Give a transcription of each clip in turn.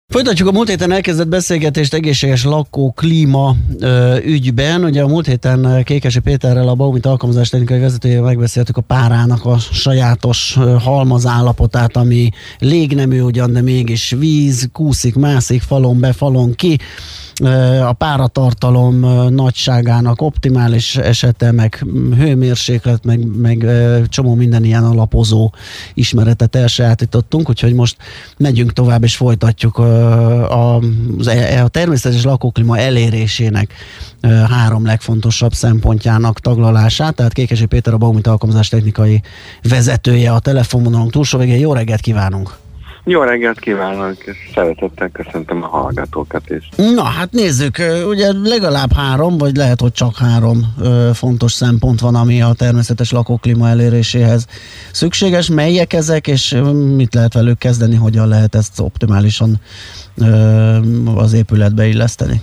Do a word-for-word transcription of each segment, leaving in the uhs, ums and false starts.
Folytatjuk a múlt héten elkezdett beszélgetést egészséges lakóklíma ö, ügyben. Ugye a múlt héten Kékesi Péterrel, a Baumit alkalmazástechnikai vezetőjével megbeszéltük a párának a sajátos ö, halmazállapotát, ami légnemű ugyan, de mégis víz, kúszik, mászik, falon be, falon ki. A páratartalom nagyságának optimális esete, meg hőmérséklet, meg, meg csomó minden ilyen alapozó ismeretet elsajátítottunk, úgyhogy most megyünk tovább és folytatjuk a, a, a természetes lakóklíma elérésének három legfontosabb szempontjának taglalását. Tehát Kékesi Péter, a Baumit alkalmazástechnikai vezetője a telefonvonalunk túlsó végén. Jó reggelt kívánunk! Jó reggelt kívánok, és szeretettel köszöntöm a hallgatókat is. Na, hát nézzük, ugye legalább három, vagy lehet, hogy csak három ö, fontos szempont van, ami a természetes lakóklíma eléréséhez szükséges. Melyek ezek, és mit lehet velük kezdeni, hogyan lehet ezt optimálisan ö, az épületbe illeszteni?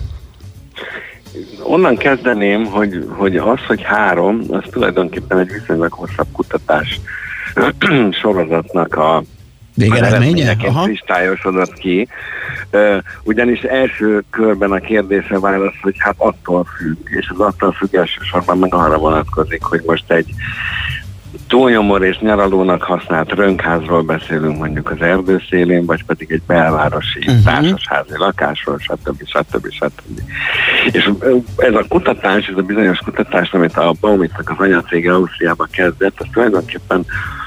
Onnan kezdeném, hogy, hogy az, hogy három, az tulajdonképpen egy viszonylag hosszabb kutatás sorozatnak a végeredménye? kristályosodott ki. Uh, ugyanis első körben a kérdésre válasz, hogy hát attól függ, és az attól függ elsősorban meg arra vonatkozik, hogy most egy túlnyomor és nyaralónak használt rönkházról beszélünk mondjuk az erdő szélén, vagy pedig egy belvárosi uh-huh. társasházi lakásról, stb. stb. stb. És ez a kutatás, ez a bizonyos kutatás, amit a Baumitnak az anyacége Ausztriában kezdett, az tulajdonképpen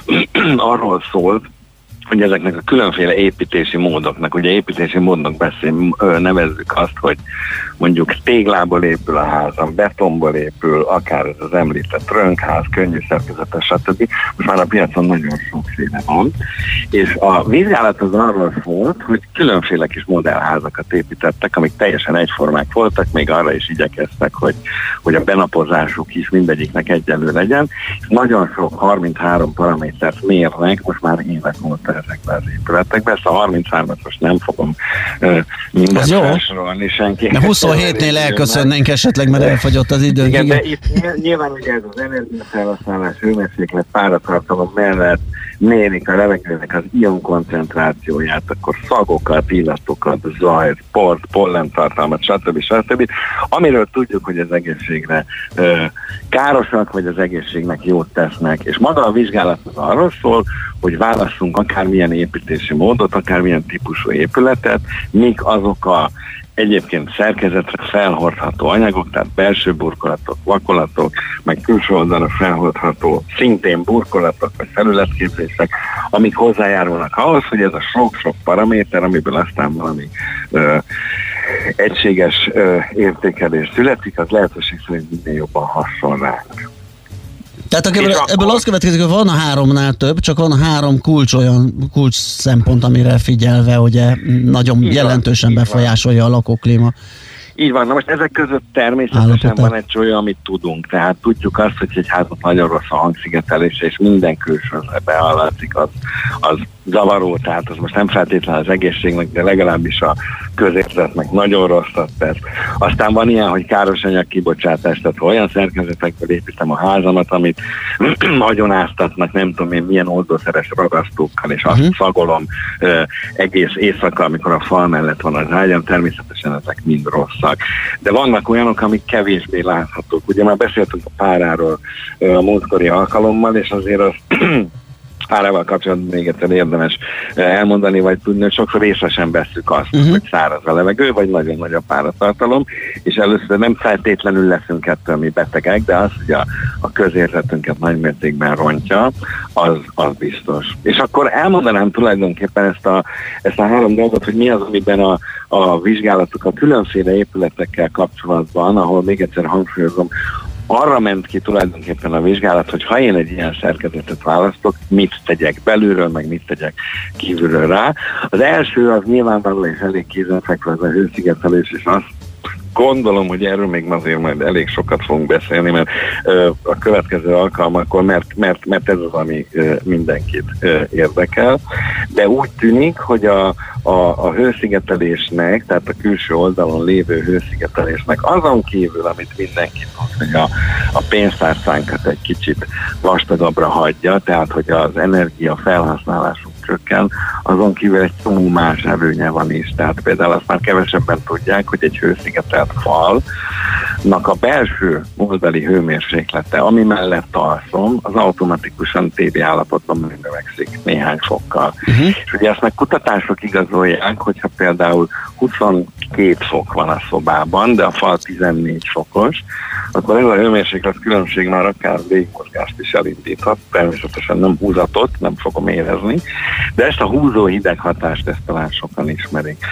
arról szólt, hogy ezeknek a különféle építési módoknak, ugye építési módnak beszél, nevezzük azt, hogy mondjuk téglából épül a házam, betonból épül, akár ez az említett rönkház, könnyű szerkezetes, stb. Most már a piacon nagyon sokféle van, és a vizsgálat az arról szólt, hogy különféle kis modellházakat építettek, amik teljesen egyformák voltak, még arra is igyekeztek, hogy, hogy a benapozásuk is mindegyiknek egyenlő legyen, és nagyon sok harminchárom paramétert mérnek, most már évek óta ezekben az épületekben. Ezt a harmincháromat most nem fogom uh, mindent felsorolni senki. De huszonhétnél elköszönnénk esetleg, mert elfogyott az idő. Igen, de itt nyilván ugye ez az energiafelhasználás, hőmérséklet, páratartalom mellett mérik a levegőnek az ion koncentrációját, akkor szagokat, illatokat, zajt, port, pollentartalmat, stb. stb. Amiről tudjuk, hogy az egészségre ö, károsak, vagy az egészségnek jót tesznek. És maga a vizsgálat az arról szól, hogy válasszunk akármilyen építési módot, akármilyen típusú épületet, mik azok a egyébként szerkezetre felhordható anyagok, tehát belső burkolatok, vakolatok, meg külső oldalra felhordható szintén burkolatok, vagy felületképzések, amik hozzájárulnak ahhoz, hogy ez a sok-sok paraméter, amiből aztán valami ö, egységes ö, értékelés születik, az lehetőség szerint minél jobban hasonl ránk. Tehát ebből, ebből az következik, hogy van a háromnál több, csak van a három kulcs olyan kulcs szempont, amire figyelve ugye nagyon így jelentősen van, befolyásolja a lakóklíma. Így van, na most ezek között természetesen állapotát. Van egy olyan, amit tudunk, tehát tudjuk azt, hogy egy házat nagyon rossz a hangszigetelése, és minden külsőre behallatszik, az, az zavaró, tehát az most nem feltétlenül az egészségnek, de legalábbis a közérzetnek nagyon rosszat tesz. Aztán van ilyen, hogy káros anyag kibocsátás, tehát olyan szerkezetekből építem a házamat, amit nagyon áztatnak, nem tudom én milyen oldószeres ragasztókkal, és azt uh-huh. szagolom uh, egész éjszaka, amikor a fal mellett van az ágyam, természetesen ezek mind rosszak. De vannak olyanok, amik kevésbé láthatók. Ugye már beszéltünk a páráról uh, a múltkori alkalommal, és azért az párával kapcsolatban még egyszer érdemes elmondani, vagy tudni, hogy sokszor észre sem vesszük azt, uh-huh. hogy száraz a levegő, vagy nagyon nagy a páratartalom, és először nem feltétlenül leszünk ettől mi betegek, de az, hogy a, a közérzetünket nagymértékben rontja, az, az biztos. És akkor elmondanám tulajdonképpen ezt a, ezt a három dolgot, hogy mi az, amiben a, a vizsgálatok a különféle épületekkel kapcsolatban, ahol még egyszer hangsúlyozom, arra ment ki tulajdonképpen a vizsgálat, hogy ha én egy ilyen szerkezetet választok, mit tegyek belülről, meg mit tegyek kívülről rá. Az első az nyilvánvalóan és elég kézenfekvő, az a hőszigetelés, és azt gondolom, hogy erről még azért majd elég sokat fogunk beszélni, mert ö, a következő alkalmakkor, mert, mert, mert ez az, ami ö, mindenkit ö, érdekel. De úgy tűnik, hogy a, a, a hőszigetelésnek, tehát a külső oldalon lévő hőszigetelésnek azon kívül, amit mindenki tud, hogy a, a pénztárcánkat egy kicsit vastagabbra hagyja, tehát hogy az energia felhasználásunk csökken, azon kívül egy csomó más előnye van is. Tehát például azt már kevesebben tudják, hogy egy hőszigetelt falnak a belső oldali hőmérséklete, ami mellett alszom, az automatikusan té bé állapotban megnövekszik néhány fokkal. Uh-huh. És ugye ezt meg kutatások igazolják, hogyha például huszonkét fok van a szobában, de a fal tizennégy fokos, akkor ez a hőmérséklet különbség már akár légmozgást is elindíthat, természetesen nem húzatot, nem fogom érezni, de ezt a húzó hideg hatást ezt talán sokan ismerik.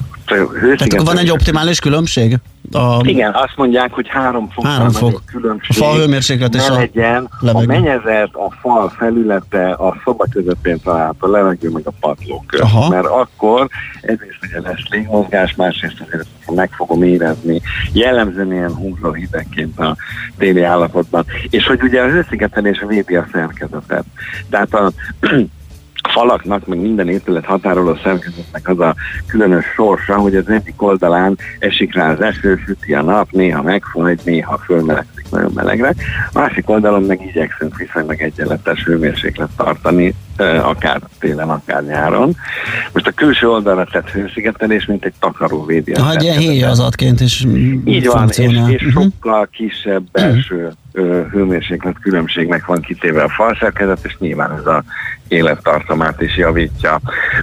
Tehát akkor van egy optimális különbség? A... Igen, azt mondják, hogy három fokkal három fok. különbség a fal hőmérséklet és ne a legyen a mennyezet, a fal felülete, a szoba közepén található, a levegő meg a padló közt. Aha. Mert akkor egyrészt ugye lesz légmozgás, másrészt azért meg fogom érezni jellemzően ilyen húzó hidegként a téli állapotban. És hogy ugye a hőszigetelés védi a szerkezetet. Tehát a falaknak, meg minden épület határoló szerkezetnek az a különös sorsa, hogy az egyik oldalán esik rá az eső, süti a nap, néha megfagy, néha fölmelegszik nagyon melegre. Másik oldalon meg igyekszünk viszonylag egyenletes hőmérséklet tartani, akár télen, akár nyáron. Most a külső oldalra tett hőszigetelés, mint egy takaró védi a hát ilyen héjazatként is így van, és, és sokkal kisebb belső hőmérséklet különbségnek van kitéve a falszerkezet, és nyilván ez a élettartamát is javítja.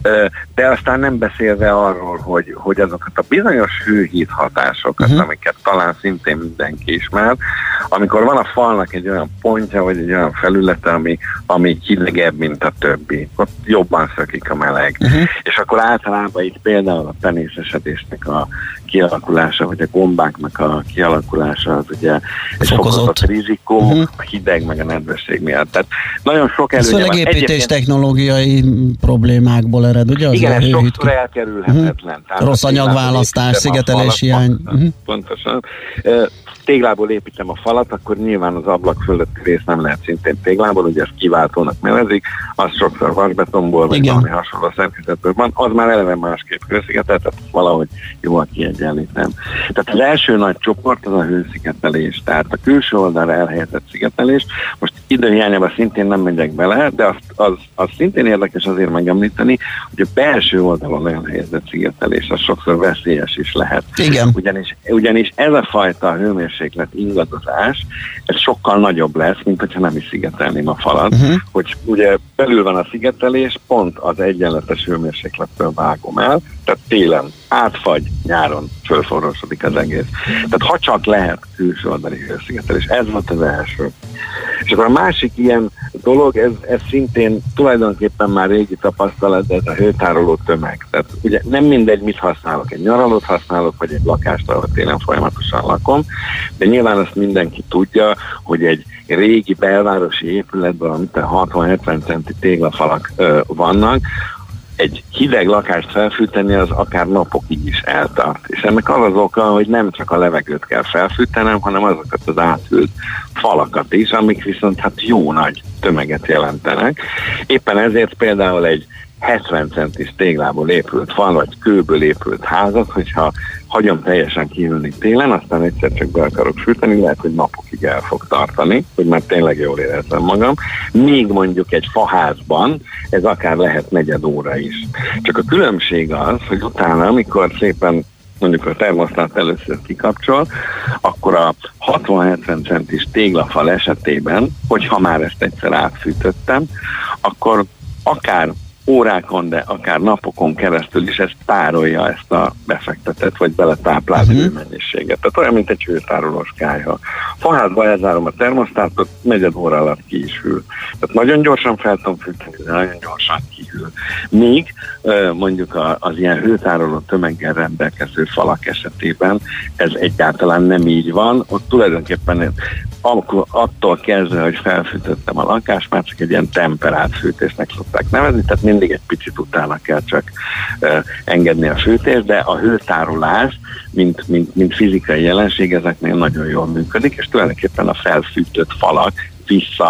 De aztán nem beszélve arról, hogy, hogy azokat a bizonyos hőhíd hatásokat, uh-huh. amiket talán szintén mindenki ismer, amikor van a falnak egy olyan pontja, vagy egy olyan felülete, ami, ami hidegebb, mint a többi, ott jobban szökik a meleg. Uh-huh. És akkor általában itt például a penészesedésnek a kialakulása, vagy a gombáknak a kialakulása az ugye egy fokozott rizikó, uh-huh. a hideg meg a nedvesség miatt. Tehát nagyon sok előnye van. Ez főleg építés technológiai problémából ered, ugye? Az igen, ez sokszor elkerülhetetlen. Uh-huh. Rossz anyagválasztás, szigetelés hiány. Uh-huh. Pontosan. Uh, téglából építem a falat, akkor nyilván az ablak fölötti rész nem lehet szintén téglából, ugye ezt kiváltónak nevezik, az sokszor vasbetonból, vagy igen. valami hasonló szerkezetből van, az már eleve másképp hőszigetel, tehát valahogy jól kiegyenlítem. Tehát az első nagy csoport az a hőszigetelés, tehát a külső oldalra elhelyezett szigetelés. Most időhiányában szintén nem megyek bele, de az, az, az szintén érdekes azért megemlíteni, hogy a belső oldalon elhelyezett szigetelés az sokszor veszélyes is lehet. Igen. Ugyanis, ugyanis ez a fajta hőmérséklet ingadozás, ez sokkal nagyobb lesz, mint hogyha nem is szigetelném a falat, uh-huh. hogy ugye belül van a szigetelés, pont az egyenletes hőmérséklettől vágom el, tehát télen átfagy, nyáron fölforrósodik az egész. Tehát ha csak lehet külső oldali hőszigetelés, ez volt az első. És akkor a másik ilyen dolog, ez, ez szintén tulajdonképpen már régi tapasztalat, de ez a hőtároló tömeg. Tehát ugye nem mindegy, mit használok, egy nyaralót használok, vagy egy lakást, ahol télen folyamatosan lakom, de nyilván azt mindenki tudja, hogy egy régi belvárosi épületben, amit a hatvan-hetven centi téglafalak ö, vannak, egy hideg lakást felfűteni az akár napokig is eltart. És ennek az az oka, hogy nem csak a levegőt kell felfűtenem, hanem azokat az átült falakat is, amik viszont hát jó nagy tömeget jelentenek. Éppen ezért például egy hetven centis téglából épült fal, vagy kőből épült házat, hogyha hagyom teljesen kihűlni télen, aztán egyszer csak be akarok fűteni, lehet, hogy napokig el fog tartani, hogy már tényleg jól érezzem magam. Még mondjuk egy faházban ez akár lehet negyed óra is. Csak a különbség az, hogy utána, amikor szépen mondjuk a termosztát először kikapcsol, akkor a hatvan-hetven centis téglafal esetében, hogyha már ezt egyszer átfűtöttem, akkor akár órákon, de akár napokon keresztül is ezt tárolja, ezt a befektetett, vagy beletáplált uh-huh. hőmennyiséget. Tehát olyan, mint egy hőtárolós kályha. Faházba elzárom a termosztátot, negyed óra alatt ki is hűl. Tehát nagyon gyorsan fel tudom fűteni, de nagyon gyorsan kihűl. Míg mondjuk az ilyen hőtároló tömeggel rendelkező falak esetében ez egyáltalán nem így van. Ott tulajdonképpen akkor attól kezdve, hogy felfűtöttem a lakást, már csak egy ilyen temperált fűtésnek szokták nevezni, tehát mindig egy picit utána kell csak uh, engedni a fűtést, de a hőtárolás, mint, mint, mint fizikai jelenség, ezeknél nagyon jól működik, és tulajdonképpen a felfűtött falak vissza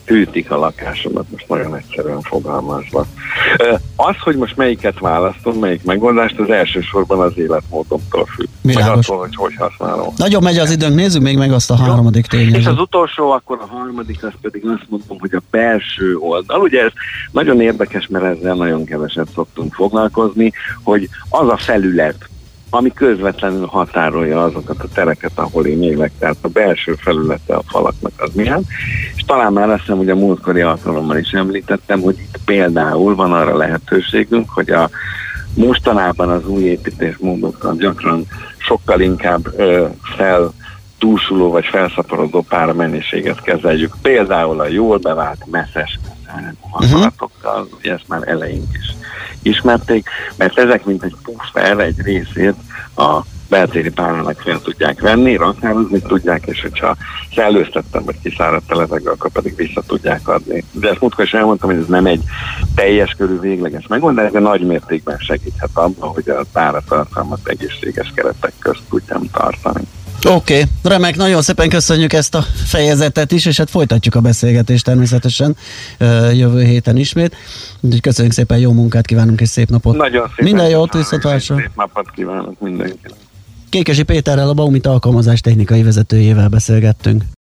hűtik a lakásomat, most nagyon egyszerűen fogalmazva. Az, hogy most melyiket választom, melyik megoldást, az elsősorban az életmódomtól függ. Meg attól, hogy hogy használom. Nagyon megy az időnk, nézzük még meg azt a harmadik tényezőt. És az utolsó, akkor a harmadik, az pedig azt mondom, hogy a belső oldal. Ugye ez nagyon érdekes, mert ezzel nagyon keveset szoktunk foglalkozni, hogy az a felület, ami közvetlenül határolja azokat a tereket, ahol én élek, tehát a belső felülete a falaknak az milyen. És talán már azt hiszem, hogy a múltkori alkalommal is említettem, hogy itt például van arra lehetőségünk, hogy a mostanában az új építésmódokkal gyakran sokkal inkább ö, fel túlsuló vagy felszaporodó pára mennyiséget kezeljük. Például a jól bevált messzes hasonlatokkal, uh-huh. ugye ezt már eleink is ismerték, mert ezek mint egy puffer, egy részét a beltéri párának fel tudják venni, raktározni tudják, és hogyha szellőztettem, vagy kiszáradt a levegő, akkor pedig vissza tudják adni. De ezt múltkor is elmondtam, hogy ez nem egy teljes körű végleges megoldás, de nagy mértékben segíthet abban, hogy a páratartalmat egészséges keretek közt tudjam tartani. Oké, okay. Remek, nagyon szépen köszönjük ezt a fejezetet is, és hát folytatjuk a beszélgetést természetesen uh, jövő héten ismét. Úgyhogy köszönjük szépen, jó munkát kívánunk, és szép napot. Nagyon szépen. Minden jót, viszontlátásra. Szép napot kívánok mindenkinek. Kékesi Péterrel, a Baumit alkalmazás technikai vezetőjével beszélgettünk.